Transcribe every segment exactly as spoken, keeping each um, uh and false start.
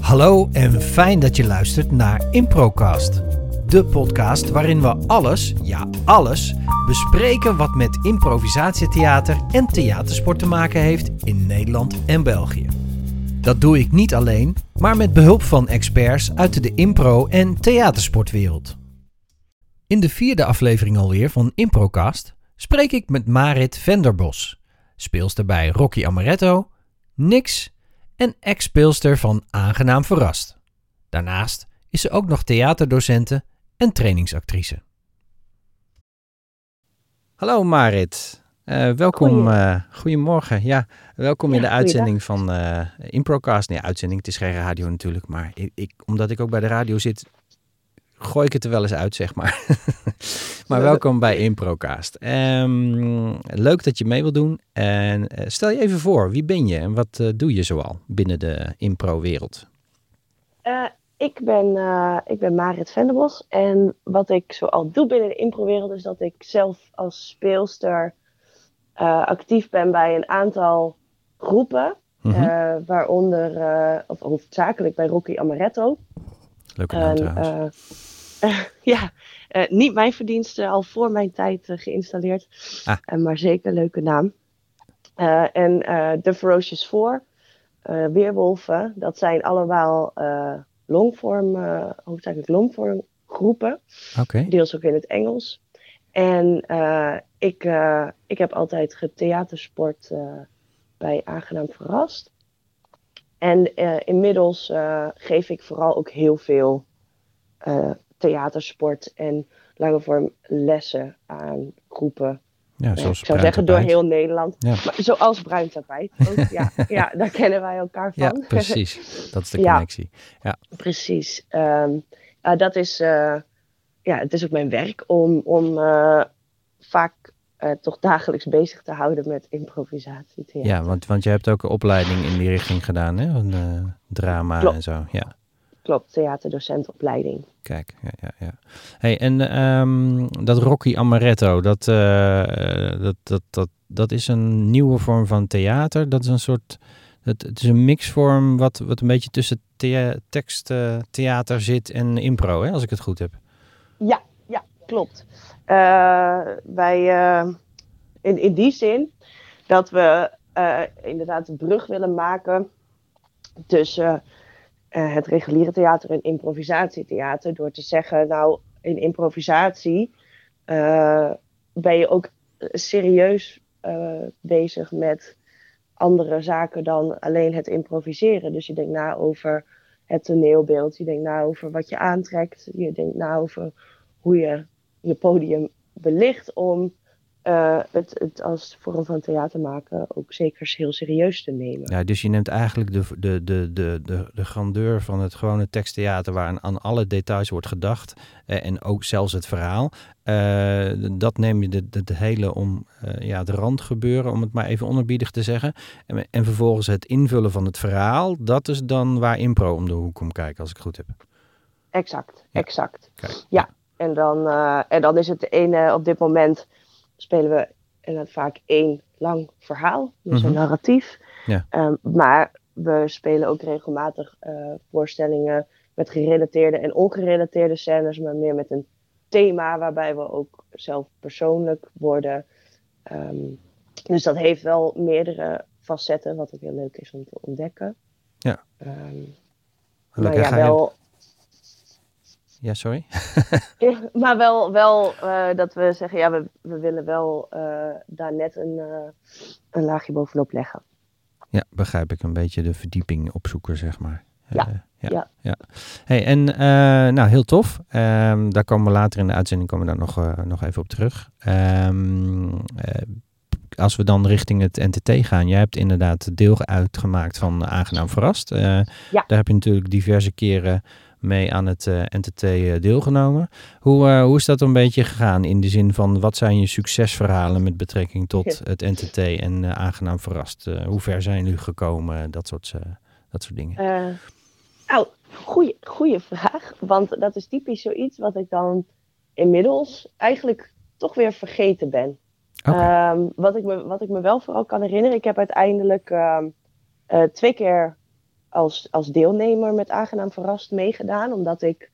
Hallo en fijn dat je luistert naar Improcast. De podcast waarin we alles, ja alles, bespreken wat met improvisatietheater en theatersport te maken heeft in Nederland en België. Dat doe ik niet alleen, maar met behulp van experts uit de impro- en theatersportwereld. In de vierde aflevering alweer van Improcast spreek ik met Marit Venderbos, speelster bij Rocky Amaretto, Nix en ex-speelster van Aangenaam Verrast. Daarnaast is ze ook nog theaterdocente en trainingsactrice. Hallo Marit, uh, welkom. Goeie. Uh, goedemorgen. Ja, welkom Ja, in de uitzending goeiedag. van uh, Improcast. Nee, uitzending, het is geen radio natuurlijk, maar ik, ik, omdat ik ook bij de radio zit, gooi ik het er wel eens uit, zeg maar. Maar welkom bij Improcast. Um, leuk dat je mee wilt doen. En uh, stel je even voor, wie ben je en wat uh, doe je zoal binnen de impro-wereld? Uh, ik, ben, uh, ik ben Marit Venderbos en wat ik zoal doe binnen de impro-wereld is dat ik zelf als speelster uh, actief ben bij een aantal groepen. Mm-hmm. Uh, waaronder, uh, of hoofdzakelijk bij Rocky Amaretto. Leuke naam trouwens. Uh, uh, ja, uh, niet mijn verdienste, al voor mijn tijd uh, geïnstalleerd. Ah. Uh, maar zeker leuke naam. Uh, en uh, The Ferocious Four, uh, Weerwolven, dat zijn allemaal uh, longvorm, uh, hoofdzakelijk longvorm groepen. Okay. Deels ook in het Engels. En uh, ik, uh, ik heb altijd getheatersport uh, bij Aangenaam Verrast. En uh, inmiddels uh, geef ik vooral ook heel veel uh, theatersport en lange vorm lessen aan groepen. Ja, zoals ik zou zeggen tapijt. door heel Nederland. Ja. Maar zoals Bruin Tapijt ook. Ja, ja, daar kennen wij elkaar van. Ja, precies. Dat is de connectie. Ja, ja. Precies. Um, uh, dat is, uh, ja, het is ook mijn werk om, om uh, vaak uh, toch dagelijks bezig te houden met improvisatie. Theater. Ja, want, want je hebt ook een opleiding in die richting gedaan, hè? Van uh, drama Klopt. en zo. Ja. Klopt, theaterdocentopleiding. Kijk, ja, ja, ja. Hey, en um, dat Rocky Amaretto, dat, uh, dat, dat, dat, dat is een nieuwe vorm van theater. Dat is een soort, het, het is een mixvorm wat, wat een beetje tussen thea- tekst, uh, theater zit en impro, hè, als ik het goed heb. Ja, ja, klopt. Uh, wij, uh, in, in die zin dat we uh, inderdaad een brug willen maken tussen Uh, het reguliere theater en improvisatietheater. Door te zeggen, nou, in improvisatie uh, ben je ook serieus uh, bezig met andere zaken dan alleen het improviseren. Dus je denkt na over het toneelbeeld. Je denkt na over wat je aantrekt. Je denkt na over hoe je je podium belicht om Uh, het, het als vorm van theater maken ook zeker heel serieus te nemen. Ja, dus je neemt eigenlijk de, de, de, de, de, de grandeur van het gewone teksttheater waar aan, aan alle details wordt gedacht eh, en ook zelfs het verhaal. Uh, dat neem je de, de, de hele om uh, ja, de randgebeuren, om het maar even onerbiedig te zeggen. En, en vervolgens het invullen van het verhaal, dat is dan waar impro om de hoek komt kijken, als ik het goed heb. Exact, ja. exact. Kijk. Ja, ja. En, dan, uh, en dan is het de ene op dit moment spelen we inderdaad vaak één lang verhaal, dus mm-hmm. een narratief. Ja. Um, maar we spelen ook regelmatig uh, voorstellingen met gerelateerde en ongerelateerde scènes, maar meer met een thema waarbij we ook zelf persoonlijk worden. Um, dus dat heeft wel meerdere facetten, wat ook heel leuk is om te ontdekken. Ja. Um, maar ja, wel... Ja, sorry. ja, maar wel, wel uh, dat we zeggen, ja, we, we willen wel uh, daar net een, uh, een laagje bovenop leggen. Ja, begrijp ik. Een beetje de verdieping opzoeken, zeg maar. Ja. Uh, ja, ja. ja. Hey, en uh, nou, heel tof. Um, daar komen we later in de uitzending komen we daar nog, uh, nog even op terug. Um, uh, als we dan richting het N T T gaan. Jij hebt inderdaad deel uitgemaakt van Aangenaam Verrast. Uh, ja. Daar heb je natuurlijk diverse keren mee aan het uh, N T T uh, deelgenomen. Hoe, uh, hoe is dat een beetje gegaan in de zin van wat zijn je succesverhalen met betrekking tot het N T T en uh, Aangenaam Verrast? Uh, hoe ver zijn jullie gekomen? Dat soort, uh, dat soort dingen. Uh, nou, goeie, goeie vraag. Want dat is typisch zoiets wat ik dan inmiddels eigenlijk toch weer vergeten ben. Okay. Um, wat, ik me, wat ik me wel vooral kan herinneren. Ik heb uiteindelijk um, uh, twee keer als, als deelnemer met Aangenaam Verrast meegedaan. Omdat ik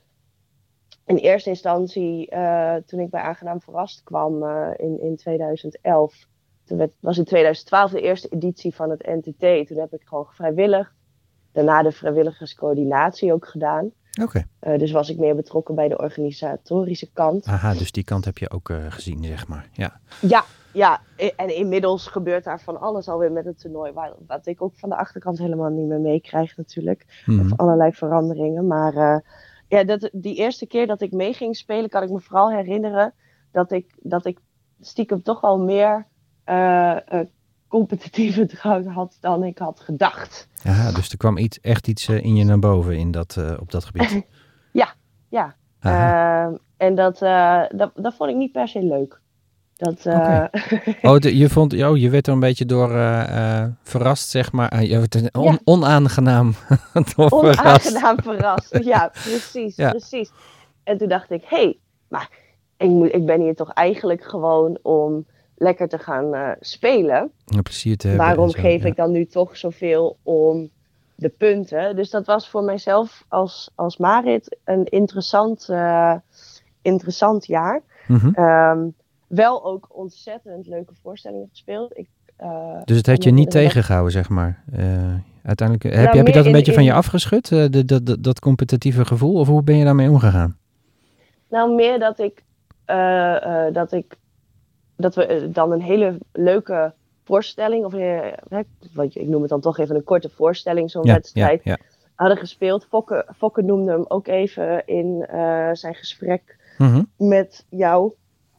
in eerste instantie, uh, toen ik bij Aangenaam Verrast kwam uh, in, in tweeduizend elf... Toen werd, was in tweeduizend twaalf de eerste editie van het N T T. Toen heb ik gewoon vrijwillig, daarna de vrijwilligerscoördinatie ook gedaan. Oké. Okay. Uh, dus was ik meer betrokken bij de organisatorische kant. Aha, dus die kant heb je ook uh, gezien, zeg maar. Ja. Ja, ja, en inmiddels gebeurt daar van alles alweer met het toernooi. Wat ik ook van de achterkant helemaal niet meer meekrijg natuurlijk. Mm-hmm. Of allerlei veranderingen. Maar uh, ja, dat, die eerste keer dat ik mee ging spelen, kan ik me vooral herinneren dat ik, dat ik stiekem toch wel meer uh, uh, competitieve drang had dan ik had gedacht. Ja, dus er kwam iets, echt iets uh, in je naar boven in dat, uh, op dat gebied. ja, ja. Uh, en dat, uh, dat, dat vond ik niet per se leuk. Dat, uh... okay. oh, de, je, vond, oh, je werd er een beetje door uh, uh, verrast, zeg maar. Uh, je werd on, ja. onaangenaam door Onaangenaam verrast. verrast. Ja, precies, ja. precies. En toen dacht ik, hé, hey, maar ik, moet, ik ben hier toch eigenlijk gewoon om lekker te gaan uh, spelen. Ja, plezier te hebben. Waarom zo, geef ja. ik dan nu toch zoveel om de punten? Dus dat was voor mijzelf als, als Marit een interessant, uh, interessant jaar. Mm-hmm. Um, wel ook ontzettend leuke voorstellingen gespeeld. Ik, uh, dus het heeft je niet tegengehouden, zeg maar? Uh, uiteindelijk, heb, nou, heb je dat een in, beetje in, van je afgeschud? Uh, de, de, de, dat competitieve gevoel? Of hoe ben je daarmee omgegaan? Nou, meer dat ik... Uh, uh, dat ik dat we uh, dan een hele leuke voorstelling... of uh, ik noem het dan toch even een korte voorstelling, zo'n ja, wedstrijd... Ja, ja. hadden gespeeld. Fokke, Fokke noemde hem ook even in uh, zijn gesprek mm-hmm. met jou...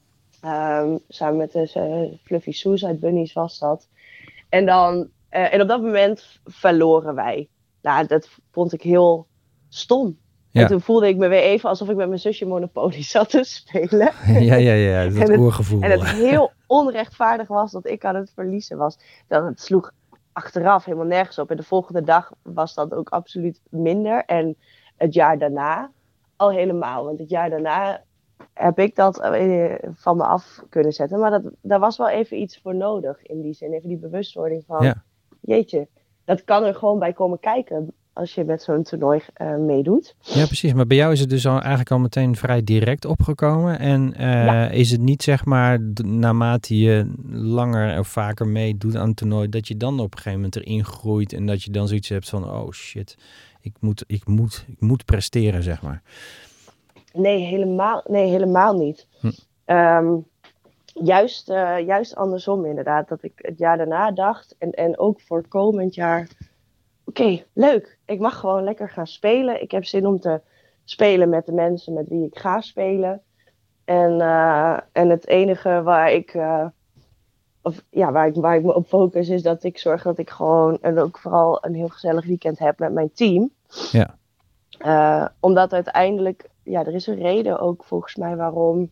Um, samen met de uh, Fluffy Suicide Bunnies was dat. En, dan, uh, en op dat moment verloren wij. Nou, dat vond ik heel stom. Ja. En toen voelde ik me weer even alsof ik met mijn zusje Monopoly zat te spelen. Ja, ja, ja, dat en oorgevoel. Het, en het heel onrechtvaardig was dat ik aan het verliezen was. Dat het sloeg achteraf helemaal nergens op. En de volgende dag was dat ook absoluut minder. En het jaar daarna al helemaal. Want het jaar daarna... heb ik dat van me af kunnen zetten. Maar dat, daar was wel even iets voor nodig in die zin. Even die bewustwording van, ja. jeetje, dat kan er gewoon bij komen kijken als je met zo'n toernooi uh, meedoet. Ja, precies. Maar bij jou is het dus al, eigenlijk al meteen vrij direct opgekomen. En uh, ja. is het niet, zeg maar, naarmate je langer of vaker meedoet aan het toernooi, dat je dan op een gegeven moment erin groeit en dat je dan zoiets hebt van, oh shit, ik moet, ik moet, ik moet presteren, zeg maar. Nee, helemaal, nee, helemaal niet. Hm. Um, juist, uh, juist andersom inderdaad. Dat ik het jaar daarna dacht. En, en ook voor komend jaar. Oké, okay, leuk. Ik mag gewoon lekker gaan spelen. Ik heb zin om te spelen met de mensen met wie ik ga spelen. En, uh, en het enige waar ik, uh, of, ja, waar, ik, waar ik me op focus is dat ik zorg dat ik gewoon... en ook vooral een heel gezellig weekend heb met mijn team. Ja. Uh, omdat uiteindelijk... Ja, er is een reden ook volgens mij waarom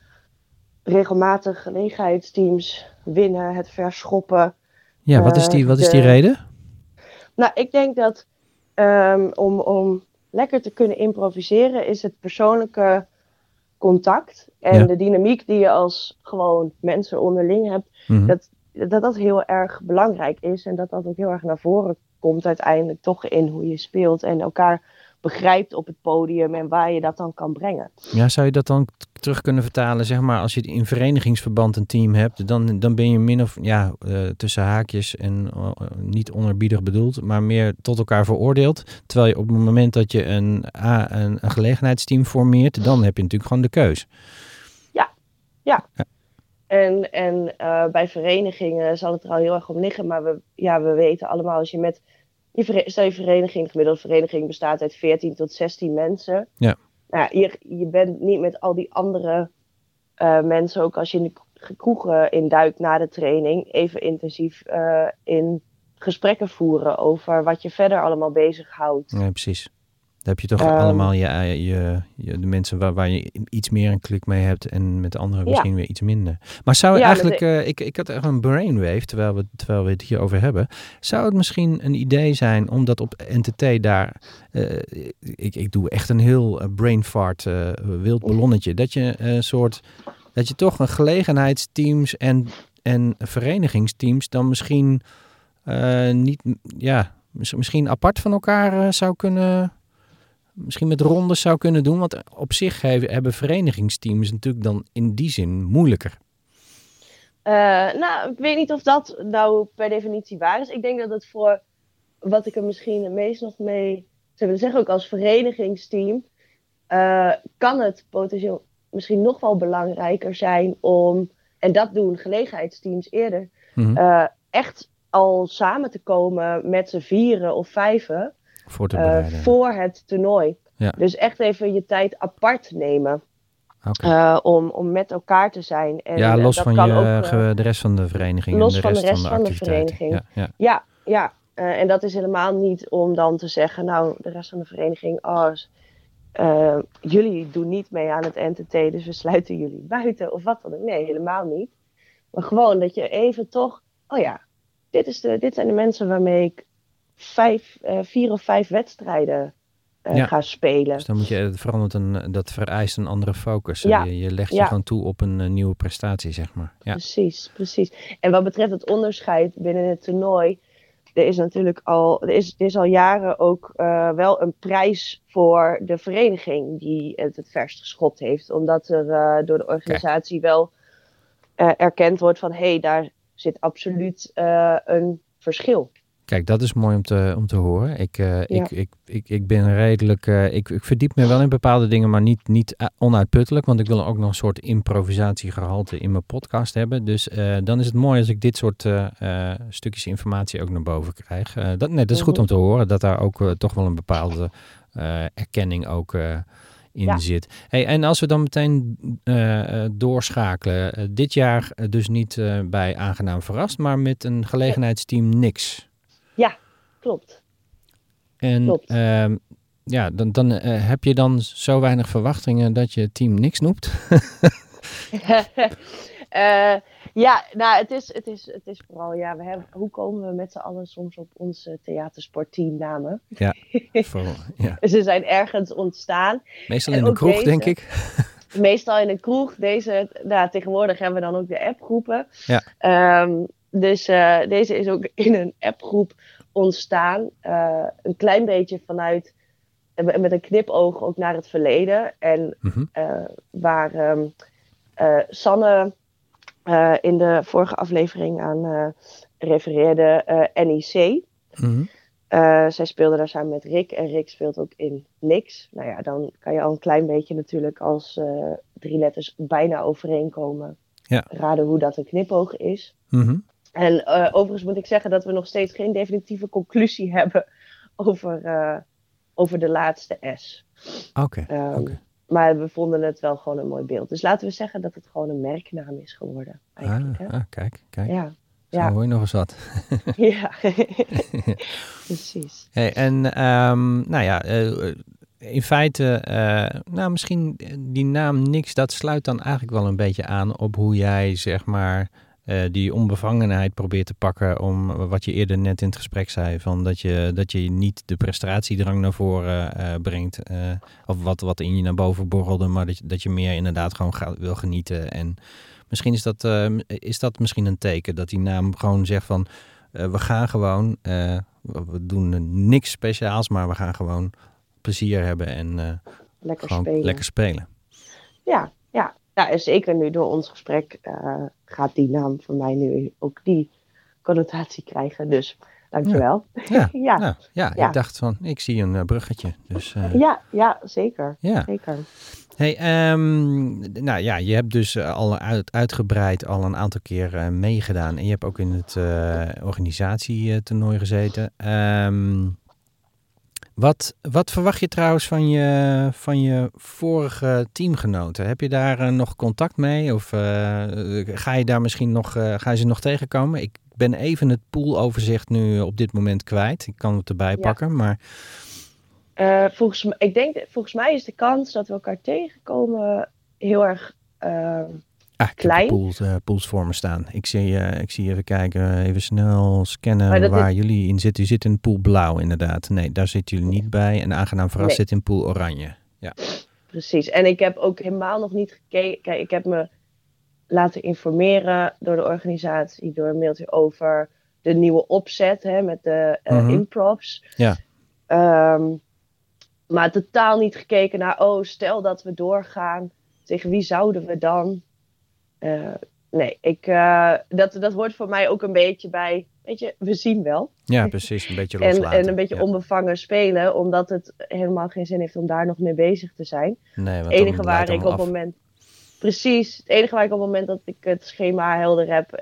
regelmatig gelegenheidsteams winnen, het verschoppen. Ja, wat is die, wat is die de... reden? Nou, ik denk dat um, om, om lekker te kunnen improviseren is het persoonlijke contact en ja. de dynamiek die je als gewoon mensen onderling hebt, mm-hmm. dat, dat dat heel erg belangrijk is en dat dat ook heel erg naar voren komt uiteindelijk toch in hoe je speelt en elkaar begrijpt op het podium en waar je dat dan kan brengen. Ja, zou je dat dan terug kunnen vertalen, zeg maar, als je in verenigingsverband een team hebt, dan, dan ben je min of, ja, uh, tussen haakjes en uh, niet onerbiedig bedoeld, maar meer tot elkaar veroordeeld. Terwijl je op het moment dat je een, uh, een, een gelegenheidsteam formeert, dan heb je natuurlijk gewoon de keus. Ja, ja. ja. En, en uh, bij verenigingen zal het er al heel erg om liggen, maar we, ja, we weten allemaal, als je met Je, vere- stel je vereniging, de gemiddelde vereniging bestaat uit veertien tot zestien mensen. Ja. Nou, je, je bent niet met al die andere uh, mensen, ook als je in de kroegen induikt na de training, even intensief uh, in gesprekken voeren over wat je verder allemaal bezighoudt. Ja, precies. Dan heb je toch um, allemaal je, je, je, de mensen waar, waar je iets meer een klik mee hebt en met de anderen ja. misschien weer iets minder. Maar zou ja, eigenlijk, de... uh, ik, ik had echt een brainwave terwijl we, terwijl we het hierover hebben. Zou het misschien een idee zijn om dat op N T T daar, uh, ik, ik doe echt een heel uh, brain fart uh, wild ballonnetje, dat je een uh, soort, dat je toch een gelegenheidsteams en, en verenigingsteams dan misschien uh, niet, ja... misschien apart van elkaar uh, zou kunnen... Misschien met rondes zou kunnen doen. Want op zich hebben, hebben verenigingsteams natuurlijk dan in die zin moeilijker. Uh, nou, ik weet niet of dat nou per definitie waar is. Ik denk dat het voor wat ik er misschien het meest nog mee zou willen zeggen, ook als verenigingsteam, uh, kan het potentieel misschien nog wel belangrijker zijn om, en dat doen gelegenheidsteams eerder, mm-hmm. uh, echt al samen te komen met z'n vieren of vijven voor, te uh, voor het toernooi. Ja. Dus echt even je tijd apart nemen. Okay. Uh, om, om met elkaar te zijn. En, ja, los dat van kan je, ook, uh, de rest van de vereniging. Los en de van rest de rest van de, van de activiteiten. vereniging. Ja, ja. ja, ja. Uh, en dat is helemaal niet om dan te zeggen, nou, de rest van de vereniging, oh, uh, jullie doen niet mee aan het N T T, dus we sluiten jullie buiten of wat dan ook. Nee, helemaal niet. Maar gewoon dat je even toch, oh ja, dit, is de, dit zijn de mensen waarmee ik vijf, uh, vier of vijf wedstrijden Uh, ja. gaan spelen. Dus dan moet je, het verandert een, dat vereist een andere focus. Ja. Je, je legt je ja. gewoon toe op een uh, nieuwe prestatie, zeg maar. Ja. Precies, precies. En wat betreft het onderscheid binnen het toernooi, er is natuurlijk al, er is, er is al jaren ook uh, wel een prijs voor de vereniging die het het verst geschopt heeft. Omdat er uh, door de organisatie Kijk. wel uh, erkend wordt van, hé, hey, daar zit absoluut uh, een verschil. Kijk, dat is mooi om te, om te horen. Ik, uh, ja. ik, ik, ik, ik ben redelijk... Uh, ik, ik verdiep me wel in bepaalde dingen, maar niet, niet onuitputtelijk. Want ik wil ook nog een soort improvisatiegehalte in mijn podcast hebben. Dus uh, dan is het mooi als ik dit soort uh, uh, stukjes informatie ook naar boven krijg. Uh, dat, nee, dat is goed om te horen. Dat daar ook uh, toch wel een bepaalde uh, erkenning ook uh, in ja. zit. Hey, en als we dan meteen uh, doorschakelen. Uh, dit jaar uh, dus niet uh, bij Aangenaam Verrast, maar met een gelegenheidsteam Nix. Ja, klopt. En klopt. Uh, ja, dan, dan uh, heb je dan zo weinig verwachtingen dat je team Nix noemt? uh, ja, nou, het is, het is, het is vooral, ja, we hebben, hoe komen we met z'n allen soms op onze theatersportteamnamen? Ja, vooral, ja. Ze zijn ergens ontstaan. Meestal in de kroeg, deze, denk ik. Meestal in de kroeg. Deze, nou, tegenwoordig hebben we dan ook de appgroepen. Ja. Um, Dus uh, deze is ook in een appgroep ontstaan. Uh, een klein beetje vanuit, uh, met een knipoog ook naar het verleden. En mm-hmm. uh, waar um, uh, Sanne uh, in de vorige aflevering aan uh, refereerde, uh, N I C. Mm-hmm. Uh, zij speelde daar samen met Rick en Rick speelt ook in Nix. Nou ja, dan kan je al een klein beetje natuurlijk als uh, drie letters bijna overeenkomen. Ja. Raden hoe dat een knipoog is. Mm-hmm. En uh, overigens moet ik zeggen dat we nog steeds geen definitieve conclusie hebben over, uh, over de laatste S. Oké. Okay, um, okay. Maar we vonden het wel gewoon een mooi beeld. Dus laten we zeggen dat het gewoon een merknaam is geworden. Eigenlijk, ah, hè? ah, kijk, kijk. Ja. Zo ja. hoor je nog eens wat. Ja, precies. Hey, en um, nou ja, uh, in feite, uh, nou misschien die naam Nix, dat sluit dan eigenlijk wel een beetje aan op hoe jij zeg maar uh, die onbevangenheid probeert te pakken om wat je eerder net in het gesprek zei, van dat je, dat je niet de prestatiedrang naar voren uh, brengt, uh, of wat, wat in je naar boven borrelde, maar dat je, dat je meer inderdaad gewoon ga, wil genieten. En misschien is dat, uh, is dat misschien een teken dat die naam gewoon zegt van uh, we gaan gewoon, uh, we doen niks speciaals, maar we gaan gewoon plezier hebben en uh, lekker gewoon spelen. lekker spelen. Ja, ja. Ja, en zeker nu door ons gesprek uh, gaat die naam voor mij nu ook die connotatie krijgen. Dus dankjewel. Ja, ja, ja. Nou, ja, ja. Ik dacht van, ik zie een uh, bruggetje. Dus, uh, ja, ja, zeker. Ja. zeker. Hey, um, nou ja, je hebt dus al uit, uitgebreid al een aantal keer uh, meegedaan. En je hebt ook in het uh, organisatietoernooi gezeten. Um, Wat, wat verwacht je trouwens van je, van je vorige teamgenoten? Heb je daar uh, nog contact mee? Of uh, ga je daar misschien nog, uh, ga je ze nog tegenkomen? Ik ben even het pooloverzicht nu op dit moment kwijt. Ik kan het erbij ja. pakken, maar... Uh, volgens, ik denk, volgens mij is de kans dat we elkaar tegenkomen heel erg uh, ah, ik klein. heb pools, uh, pools voor me staan. Ik zie, uh, ik zie even kijken, even snel scannen waar is... jullie in zitten. Je zit in pool blauw inderdaad. Nee, daar zitten jullie niet bij. En Aangenaam Verrast nee. zit in pool oranje. Ja. Precies. En ik heb ook helemaal nog niet gekeken. Kijk, ik heb me laten informeren door de organisatie, door een mailtje over de nieuwe opzet hè, met de uh, Mhm. improvs. Ja. Um, maar totaal niet gekeken naar, oh, stel dat we doorgaan, tegen wie zouden we dan? Uh, nee, ik, uh, dat, dat hoort voor mij ook een beetje bij, weet je, we zien wel. Ja, precies, een beetje en, loslaten. en een beetje ja. onbevangen spelen, omdat het helemaal geen zin heeft om daar nog mee bezig te zijn. Nee, want het enige dan waar ik op het moment... Precies, het enige waar ik op het moment dat ik het schema helder heb,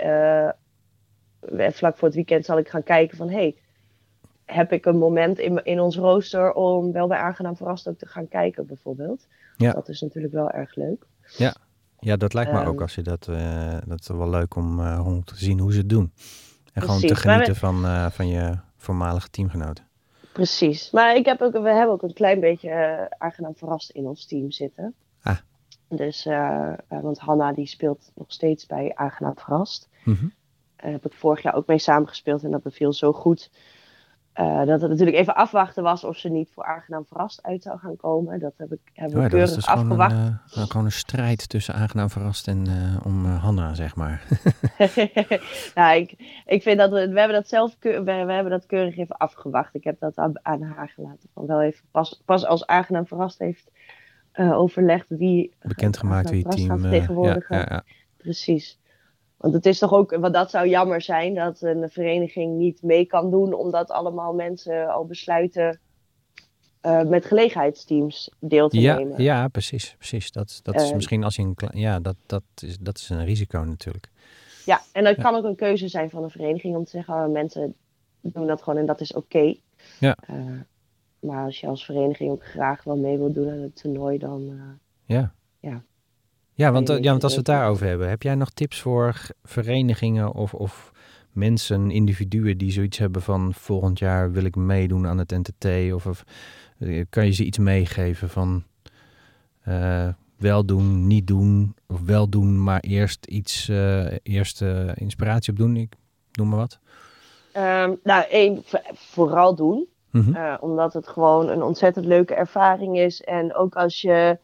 uh, vlak voor het weekend zal ik gaan kijken van, hey, heb ik een moment in, in ons rooster om wel bij Aangenaam Verrast ook te gaan kijken bijvoorbeeld. Ja. Dat is natuurlijk wel erg leuk. Ja, ja dat lijkt me um, ook als je dat, uh, dat is wel leuk om, uh, om te zien hoe ze het doen. En precies, gewoon te genieten we, van, uh, van je voormalige teamgenoten. Precies, maar ik heb ook, we hebben ook een klein beetje uh, Aangenaam Verrast in ons team zitten. Ah. Dus, uh, uh, want Hanna die speelt nog steeds bij Aangenaam Verrast. Mm-hmm. Daar heb ik vorig jaar ook mee samengespeeld en dat beviel zo goed. Uh, dat het natuurlijk even afwachten was of ze niet voor Aangenaam Verrast uit zou gaan komen. Dat heb ik, hebben we oh ja, keurig dat is dus afgewacht. Gewoon een, uh, gewoon een strijd tussen Aangenaam Verrast en uh, om uh, Hanna, zeg maar. nou, ik, ik vind dat we, we hebben dat zelf keur, we, we hebben dat keurig even afgewacht. Ik heb dat aan, aan haar gelaten. Van wel even pas, pas als Aangenaam Verrast heeft uh, overlegd wie bekendgemaakt wie het team vertegenwoordigen. Uh, ja, ja, ja. Precies. Want het is toch ook, want dat zou jammer zijn dat een vereniging niet mee kan doen, omdat allemaal mensen al besluiten uh, met gelegenheidsteams deel te ja, nemen. Ja, precies, precies. Dat, dat is uh, misschien als je een ja, dat, dat is dat is een risico natuurlijk. Ja, en dat ja. kan ook een keuze zijn van een vereniging om te zeggen, oh, mensen doen dat gewoon en dat is oké. Okay. Ja. Uh, maar als je als vereniging ook graag wel mee wil doen aan het toernooi, dan uh, ja. ja. Ja, want, ja, want als we het daarover hebben, heb jij nog tips voor verenigingen of, of mensen, individuen die zoiets hebben van volgend jaar wil ik meedoen aan het N T T? Of, of kan je ze iets meegeven van uh, wel doen, niet doen, of wel doen, maar eerst iets, uh, eerst uh, inspiratie op doen? Ik noem maar wat. Um, nou, één, vooral doen. Mm-hmm. Uh, omdat het gewoon een ontzettend leuke ervaring is. En ook als je...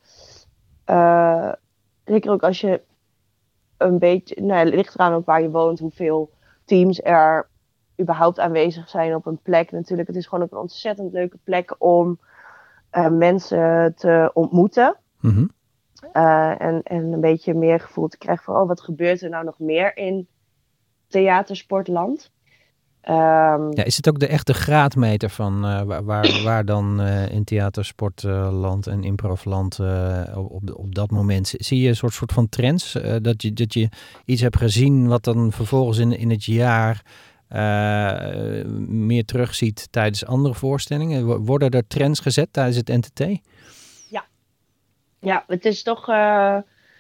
Uh, zeker ook als je een beetje... Nou, het ligt eraan ook waar je woont, hoeveel teams er überhaupt aanwezig zijn op een plek. Natuurlijk, het is gewoon ook een ontzettend leuke plek om uh, mensen te ontmoeten. Mm-hmm. Uh, en, en een beetje meer gevoel te krijgen van... oh, wat gebeurt er nou nog meer in theatersportland? Um, ja, is het ook de echte graadmeter van uh, waar, waar, waar dan uh, in theatersportland uh, en improvland uh, op, op dat moment zie je een soort, soort van trends? Uh, dat, je, dat je iets hebt gezien wat dan vervolgens in, in het jaar uh, meer terugziet tijdens andere voorstellingen? Worden er trends gezet tijdens het N T T? Ja, ja het is toch... Uh,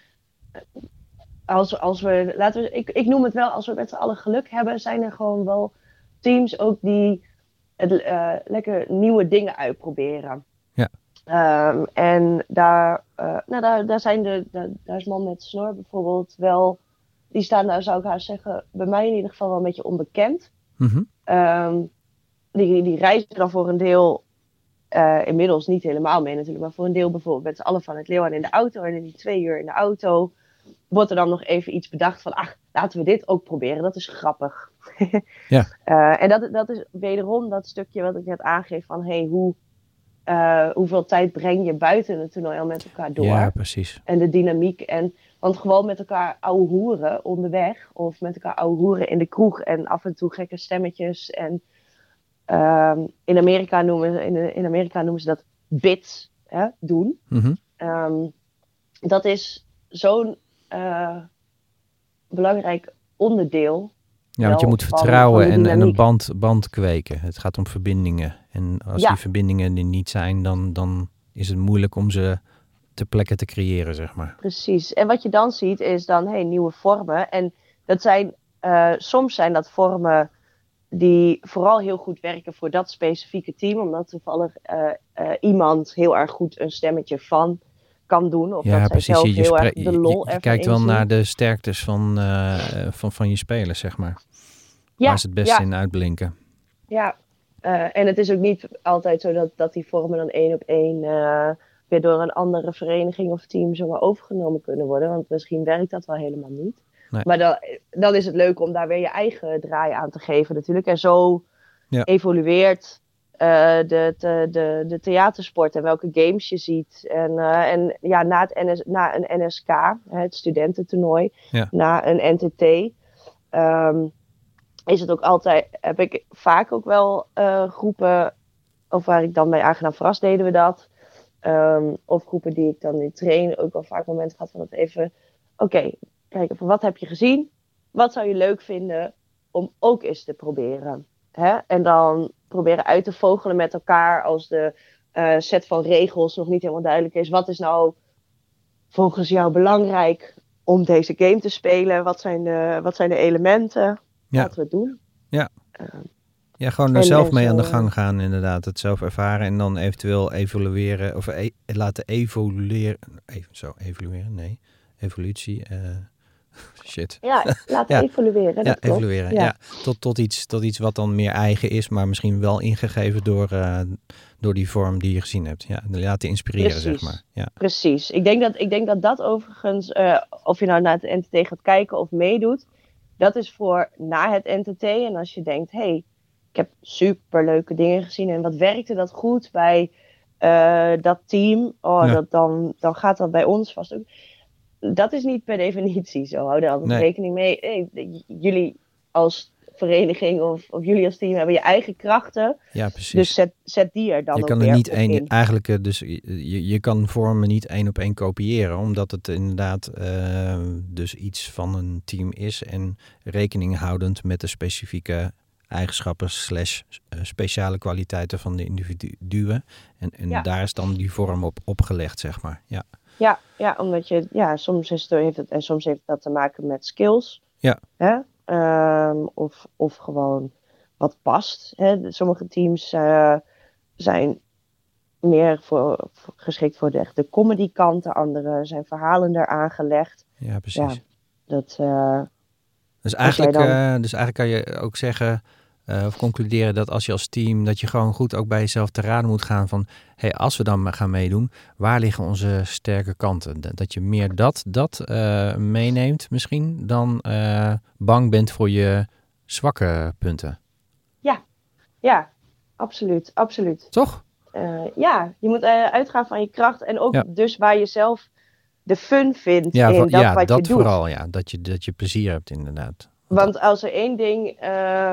als, als we, laten we, ik, ik noem het wel, als we met z'n allen geluk hebben, zijn er gewoon wel teams ook die het, uh, lekker nieuwe dingen uitproberen. Ja. Um, en daar, uh, nou, daar, daar zijn de, daar, daar is Man met Snor bijvoorbeeld wel, die staan daar, zou ik haar zeggen, bij mij in ieder geval wel een beetje onbekend. Mm-hmm. Um, die, die reizen dan voor een deel, uh, inmiddels niet helemaal mee natuurlijk, maar voor een deel bijvoorbeeld met z'n allen van het Leeuwen in de auto en in die twee uur in de auto wordt er dan nog even iets bedacht van, ach, laten we dit ook proberen, dat is grappig. Ja. Uh, en dat, dat is wederom dat stukje wat ik net aangeef van, hey, hoe, uh, hoeveel tijd breng je buiten het toernooi al met elkaar door? Ja, precies. En de dynamiek. En, want gewoon met elkaar ouwe hoeren onderweg, of met elkaar ouwe hoeren in de kroeg en af en toe gekke stemmetjes. En uh, in, Amerika noemen, in, de, in Amerika noemen ze dat bits, hè, doen. Mm-hmm. Um, dat is zo'n uh, belangrijk onderdeel. Ja, want je moet vertrouwen en, en een band, band kweken. Het gaat om verbindingen. En als ja. die verbindingen er niet zijn, dan, dan is het moeilijk om ze ter plekke te creëren, zeg maar. Precies. En wat je dan ziet is dan hey, nieuwe vormen. En dat zijn, uh, soms zijn dat vormen die vooral heel goed werken voor dat specifieke team. Omdat toevallig uh, uh, iemand heel erg goed een stemmetje van kan doen. Of ja, dat precies. zij zelf Je, je, heel spre- erg de lol je, je kijkt wel inzien. naar de sterktes van, uh, van, van je spelers, zeg maar. Ja, waar ze het beste ja. in uitblinken. Ja, uh, en het is ook niet altijd zo dat, dat die vormen dan één op één uh, weer door een andere vereniging of team zomaar overgenomen kunnen worden. Want misschien werkt dat wel helemaal niet. Nee. Maar dan, dan is het leuk om daar weer je eigen draai aan te geven natuurlijk. En zo Ja. evolueert uh, de, de, de, de theatersport en welke games je ziet. En, uh, en ja, na, het N S, na een N S K, het studententoernooi, Ja. na een N T T... Um, is het ook altijd, heb ik vaak ook wel uh, groepen, of waar ik dan bij Aangenaam Verrast deden we dat. Um, of groepen die ik dan nu train, ook wel vaak momenten gehad van het even, oké, okay, kijken van wat heb je gezien? Wat zou je leuk vinden om ook eens te proberen? Hè? En dan proberen uit te vogelen met elkaar als de uh, set van regels nog niet helemaal duidelijk is. Wat is nou volgens jou belangrijk om deze game te spelen? Wat zijn de, wat zijn de elementen? Ja. Laten we het doen. Ja, uh, ja gewoon er zelf mee aan de gang gaan inderdaad. Het zelf ervaren en dan eventueel evalueren. Of e- laten evolueren. Even zo, evalueren? Nee. Evolutie. Uh, shit. Ja, laten ja. evalueren. Dat ja, klopt. evalueren. Ja, ja. Tot, tot, iets, tot iets wat dan meer eigen is. Maar misschien wel ingegeven door, uh, door die vorm die je gezien hebt. Ja, laten inspireren, Precies. zeg maar. Ja. Precies. Ik denk dat, ik denk dat dat overigens, uh, of je nou naar het N T T gaat kijken of meedoet, dat is voor na het N T T. En als je denkt, hé, hey, ik heb superleuke dingen gezien en wat werkte dat goed bij uh, dat team, oh, ja. dat, dan, dan gaat dat bij ons vast ook. Dat is niet per definitie zo. Hou er altijd nee. rekening mee. Hey, jullie als vereniging of, of jullie als team hebben je eigen krachten. Ja, precies. Dus zet, zet die er dan je ook kan weer er niet op een, in. Eigenlijk, dus je, je kan vormen niet één op één kopiëren, omdat het inderdaad uh, dus iets van een team is en rekening houdend met de specifieke eigenschappen slash speciale kwaliteiten van de individuen. En, en ja. daar is dan die vorm op opgelegd, zeg maar. Ja, ja, ja omdat je, ja, soms is het, heeft het, en soms heeft dat te maken met skills. Ja. Hè? Um, of, of gewoon wat past. Hè? Sommige teams uh, zijn meer voor, voor, geschikt voor de, de comedy kant. De andere zijn verhalender aangelegd. Ja, precies. Ja, dat, uh, dus, eigenlijk, dan... uh, dus eigenlijk kan je ook zeggen uh, of concluderen dat als je als team, dat je gewoon goed ook bij jezelf te raden moet gaan van, hey, als we dan gaan meedoen, waar liggen onze sterke kanten? Dat je meer dat, dat uh, meeneemt misschien dan uh, bang bent voor je zwakke punten. Ja, ja, absoluut, absoluut. Toch? Uh, ja, je moet uh, uitgaan van je kracht en ook ja. dus waar je zelf de fun vindt ja, in van, dat ja, wat dat je doet. vooral, ja, dat je, dat je plezier hebt inderdaad. Want als er één ding, uh,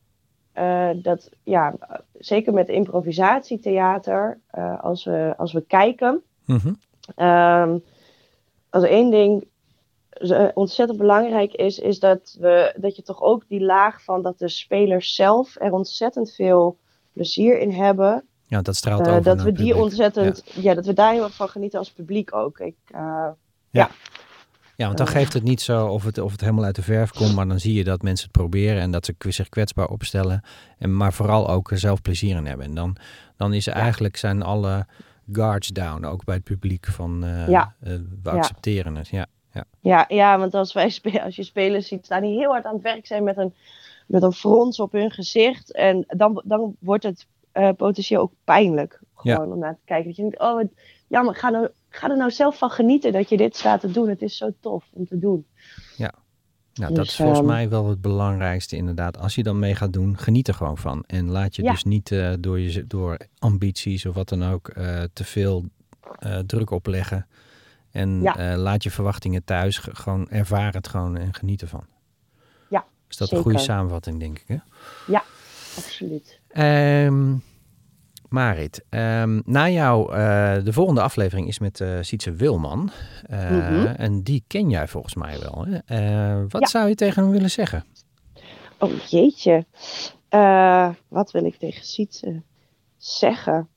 uh, dat ja, zeker met improvisatietheater, uh, als, we, als we kijken, mm-hmm. uh, als er één ding ontzettend belangrijk is, is dat, we, dat je toch ook die laag van dat de spelers zelf er ontzettend veel plezier in hebben. Ja, dat straalt uh, over dat we die publiek. ontzettend, ja. ja, dat we daar heel erg van genieten als publiek ook. Ik, uh, ja. ja. Ja, want dan geeft het niet zo of het, of het helemaal uit de verf komt, maar dan zie je dat mensen het proberen en dat ze zich kwetsbaar opstellen. En, maar vooral ook er zelf plezier in hebben. En dan, dan is er ja. eigenlijk zijn alle guards down, ook bij het publiek, van uh, ja. uh, we accepteren ja. het. Ja. Ja. Ja, ja, want als, wij spe- als je spelers ziet staan die heel hard aan het werk zijn met een, met een frons op hun gezicht. En dan, dan wordt het uh, potentieel ook pijnlijk. Gewoon ja. om naar te kijken. Dat je denkt, oh, jammer, ga, nou, ga er nou zelf van genieten dat je dit staat te doen. Het is zo tof om te doen. Ja, nou, dus, dat is volgens um, mij wel het belangrijkste inderdaad. Als je dan mee gaat doen, geniet er gewoon van. En laat je ja. dus niet uh, door, je, door ambities of wat dan ook uh, te veel uh, druk opleggen. En ja. uh, laat je verwachtingen thuis, g- gewoon ervaar het gewoon en geniet ervan. Ja, is dat zeker. een goede samenvatting, denk ik, hè? Ja, absoluut. Um, Marit, um, na jou, uh, de volgende aflevering is met uh, Sietse Wilman. Uh, mm-hmm. En die ken jij volgens mij wel, hè? Uh, wat ja. zou je tegen hem willen zeggen? Oh jeetje, uh, wat wil ik tegen Sietse zeggen?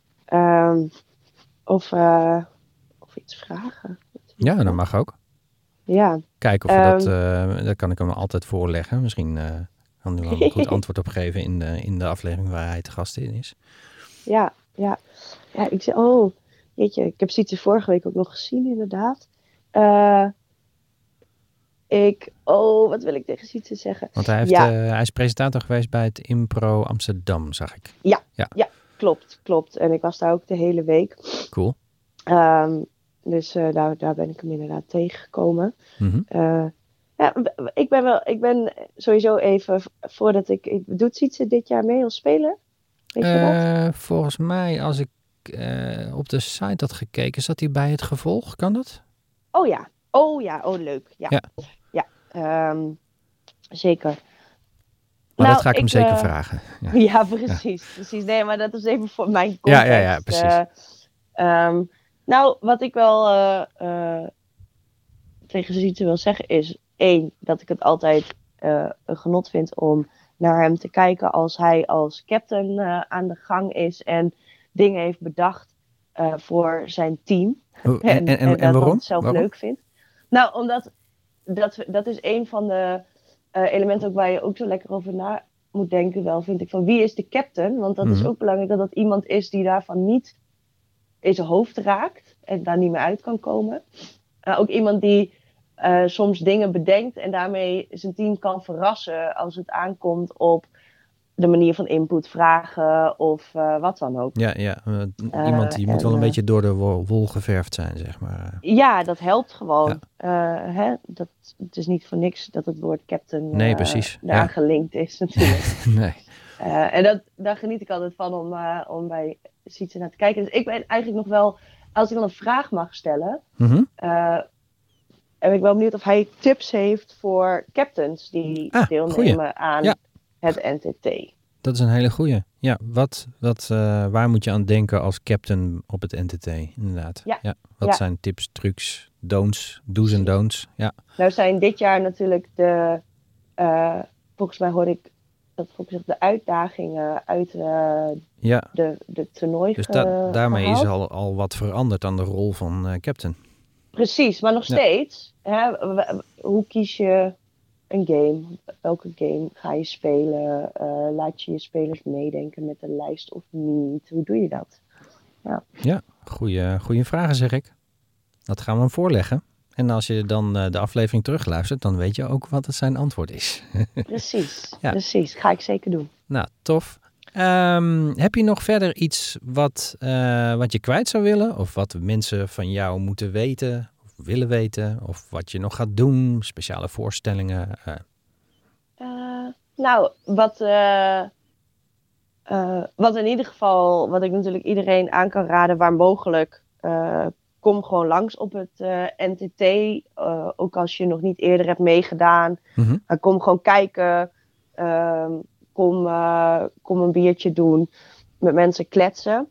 Um, of... Uh, Of iets vragen. Ja, dat mag ook. Ja. Kijken of we um, dat... Uh, dat kan ik hem altijd voorleggen. Misschien uh, kan hij wel een goed antwoord op geven in de, in de aflevering waar hij te gast in is. Ja, ja. Ja, ik zei... Oh, jeetje. Ik heb Sietse vorige week ook nog gezien, inderdaad. Uh, ik... Oh, wat wil ik tegen Sietse zeggen? Want hij, heeft, ja. uh, hij is presentator geweest bij het Impro Amsterdam, zag ik. Ja, ja, ja, klopt, klopt. En ik was daar ook de hele week. Cool. Um, dus uh, daar, daar ben ik hem inderdaad tegengekomen. Mm-hmm. Uh, Ja, ik ben wel, ik ben sowieso even, voordat ik, ik doet Sietse dit jaar mee als speler? Weet je Uh, dat? volgens mij, als ik uh, op de site had gekeken, zat hij bij het gevolg, kan dat? Oh ja, oh ja, oh leuk. Ja, ja. ja um, zeker. Maar nou, dat ga ik, ik hem zeker uh, vragen. Ja, ja precies, ja. precies. Nee, maar dat is even voor mijn Ja, context. ja, ja, precies. Uh, um, nou, wat ik wel uh, uh, tegen Sietse wil zeggen is, één, dat ik het altijd uh, een genot vind om naar hem te kijken als hij als captain uh, aan de gang is en dingen heeft bedacht uh, voor zijn team. Oh, en, en, en, en, en waarom? Het zelf waarom? leuk vindt. Nou, omdat dat, dat is een van de uh, elementen ook waar je ook zo lekker over na moet denken, wel vind ik, van wie is de captain? Want dat mm-hmm. is ook belangrijk dat dat iemand is die daarvan niet in zijn hoofd raakt en daar niet meer uit kan komen. Uh, ook iemand die uh, soms dingen bedenkt en daarmee zijn team kan verrassen als het aankomt op de manier van input vragen of uh, wat dan ook. Ja, ja. Uh, iemand die uh, moet en, wel een uh, beetje door de wol, wol geverfd zijn, zeg maar. Ja, dat helpt gewoon. Ja. Uh, hè? Dat, het is niet voor niks dat het woord captain uh, nee, precies. daar Ja. gelinkt is natuurlijk. nee. Uh, en dat, daar geniet ik altijd van om, uh, om bij Sietse naar te kijken. Dus ik ben eigenlijk nog wel, als ik dan een vraag mag stellen, mm-hmm. uh, ben ik wel benieuwd of hij tips heeft voor captains die ah, deelnemen goeie. aan ja. het N T T. Dat is een hele goeie. Ja, wat, wat, uh, waar moet je aan denken als captain op het N T T? Inderdaad. Ja. Ja. Wat ja. zijn tips, trucs, don'ts, do's en don'ts? Ja. Nou zijn dit jaar natuurlijk de, uh, volgens mij hoorde ik dat volgens de uitdagingen uit uh, ja. de, de toernooi Dus ge- da- daarmee gehaald. is al, al wat veranderd aan de rol van uh, captain. Precies, maar nog Ja. steeds. Hè, hoe kies je een game? Welke game ga je spelen? Uh, laat je je spelers meedenken met de lijst of niet? Hoe doe je dat? Ja, ja goeie, goeie vragen zeg ik. Dat gaan we hem voorleggen. En als je dan uh, de aflevering terugluistert, dan weet je ook wat het zijn antwoord is. Precies, ja. precies. Ga ik zeker doen. Nou, tof. Um, heb je nog verder iets wat, uh, wat je kwijt zou willen? Of wat mensen van jou moeten weten of willen weten? Of wat je nog gaat doen? Speciale voorstellingen? Uh. Uh, nou, wat, uh, uh, wat in ieder geval, wat ik natuurlijk iedereen aan kan raden waar mogelijk... Uh, kom gewoon langs op het uh, N T T, uh, ook als je nog niet eerder hebt meegedaan. Mm-hmm. Uh, kom gewoon kijken, uh, kom, uh, kom een biertje doen, met mensen kletsen.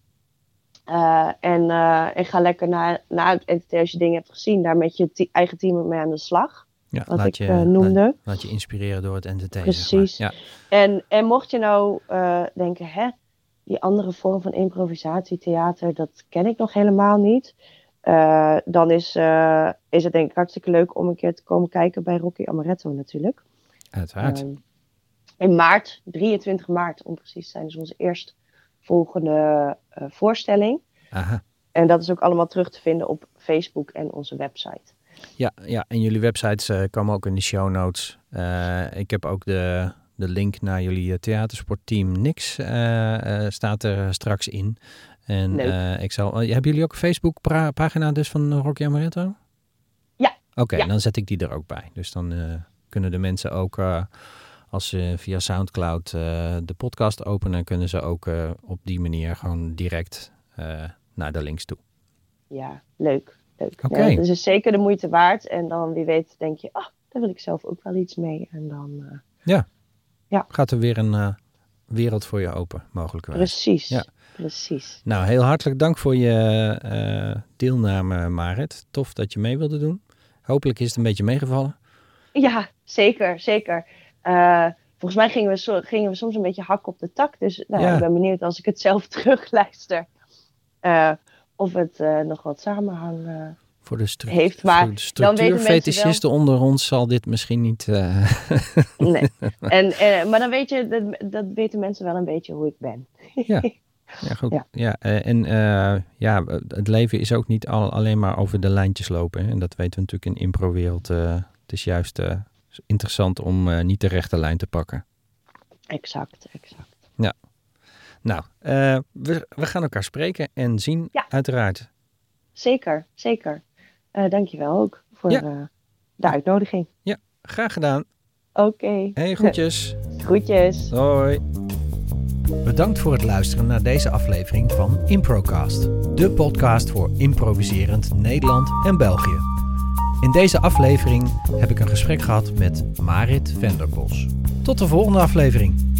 Uh, en, uh, en ga lekker naar, naar het N T T als je dingen hebt gezien, daar met je te- eigen team mee aan de slag. Ja, wat laat ik je, uh, noemde. Laat, laat je inspireren door het N T T. Precies. Zeg maar. Ja. En, en mocht je nou uh, denken, hè, die andere vorm van improvisatietheater, dat ken ik nog helemaal niet. Uh, dan is, uh, is het denk ik hartstikke leuk om een keer te komen kijken bij Rocky Amaretto natuurlijk. Uiteraard. Uh, in maart, drieëntwintig maart om precies te zijn, is onze eerstvolgende uh, voorstelling. Aha. En dat is ook allemaal terug te vinden op Facebook en onze website. Ja, ja en jullie websites uh, komen ook in de show notes. Uh, ik heb ook de, de link naar jullie theatersportteam Nix, uh, uh, staat er straks in. En uh, ik zal, uh, hebben jullie ook een Facebook-pagina dus van Rocky Amaretto? Ja. Oké, okay, ja. dan zet ik die er ook bij. Dus dan uh, kunnen de mensen ook, uh, als ze via Soundcloud uh, de podcast openen, kunnen ze ook uh, op die manier gewoon direct uh, naar de links toe. Ja, leuk. leuk. Oké. Okay. Ja, dus het is zeker de moeite waard. En dan wie weet denk je, ah, daar wil ik zelf ook wel iets mee. En dan uh, ja. ja, gaat er weer een uh, wereld voor je open, mogelijkwijs. Precies. Ja. Precies. Nou, heel hartelijk dank voor je uh, deelname, Marit. Tof dat je mee wilde doen. Hopelijk is het een beetje meegevallen. Ja, zeker, zeker. Uh, volgens mij gingen we, so- gingen we soms een beetje hak op de tak. Dus nou, ja. ik ben benieuwd als ik het zelf terugluister. Uh, of het uh, nog wat samenhang uh, voor de stru- heeft. Maar voor de structuurfetischisten wel... onder ons zal dit misschien niet... Uh... nee, en, uh, maar dan weet je, dat, dat weten mensen wel een beetje hoe ik ben. ja. Ja, goed. Ja. Ja, en uh, ja, het leven is ook niet al, alleen maar over de lijntjes lopen. Hè? En dat weten we natuurlijk in de impro-wereld. Uh, het is juist uh, interessant om uh, niet de rechte lijn te pakken. Exact, exact. Ja. Nou, uh, we, we gaan elkaar spreken en zien, ja. Uiteraard. Zeker, zeker. Uh, dankjewel ook voor ja. uh, de uitnodiging. Ja, Graag gedaan. Oké. Okay. Hey, groetjes. Groetjes. Hoi. Bedankt voor het luisteren naar deze aflevering van Improcast. De podcast voor improviserend Nederland en België. In deze aflevering heb ik een gesprek gehad met Marit Venderbos. Tot de volgende aflevering.